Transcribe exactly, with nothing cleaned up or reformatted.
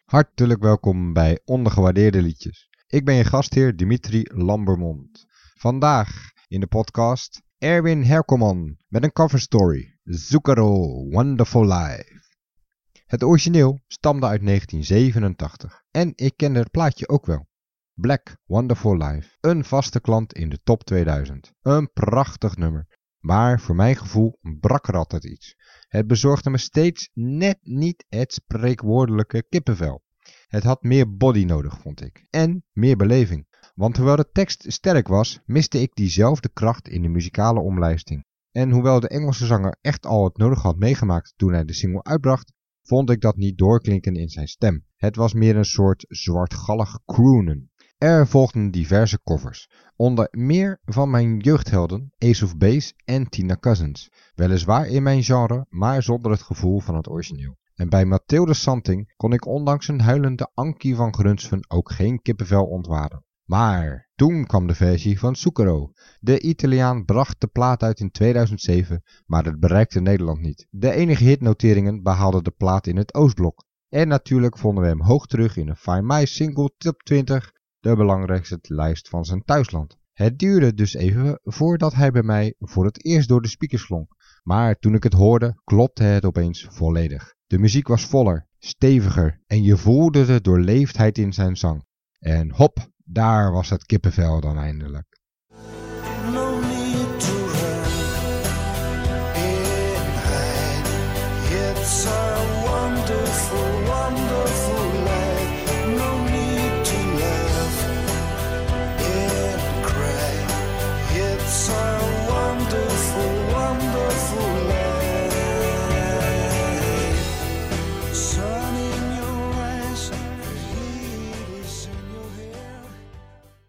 Hartelijk welkom bij Ondergewaardeerde Liedjes. Ik ben je gastheer Dimitri Lambermond. Vandaag in de podcast Erwin Herkomman met een cover story, Zucchero Wonderful Life. Het origineel stamde uit negentien zevenentachtig en ik kende het plaatje ook wel. Black Wonderful Life, een vaste klant in de top tweeduizend. Een prachtig nummer, maar voor mijn gevoel brak er altijd iets. Het bezorgde me steeds net niet het spreekwoordelijke kippenvel. Het had meer body nodig, vond ik. En meer beleving. Want hoewel de tekst sterk was, miste ik diezelfde kracht in de muzikale omlijsting. En hoewel de Engelse zanger echt al het nodige had meegemaakt toen hij de single uitbracht, vond ik dat niet doorklinken in zijn stem. Het was meer een soort zwartgallig croonen. Er volgden diverse covers, onder meer van mijn jeugdhelden Ace of Base en Tina Cousins. Weliswaar in mijn genre, maar zonder het gevoel van het origineel. En bij Mathilde Santing kon ik ondanks een huilende Ankie van Grunsven ook geen kippenvel ontwaren. Maar toen kwam de versie van Zucchero. De Italiaan bracht de plaat uit in tweeduizend zeven, maar het bereikte Nederland niet. De enige hitnoteringen behaalde de plaat in het Oostblok. En natuurlijk vonden we hem hoog terug in de Find My Single Top twintig, de belangrijkste lijst van zijn thuisland. Het duurde dus even voordat hij bij mij voor het eerst door de speakers klonk. Maar toen ik het hoorde, klopte het opeens volledig. De muziek was voller, steviger en je voelde de doorleefdheid in zijn zang. En hop, daar was het kippenvel dan eindelijk. No need to run and hide. It's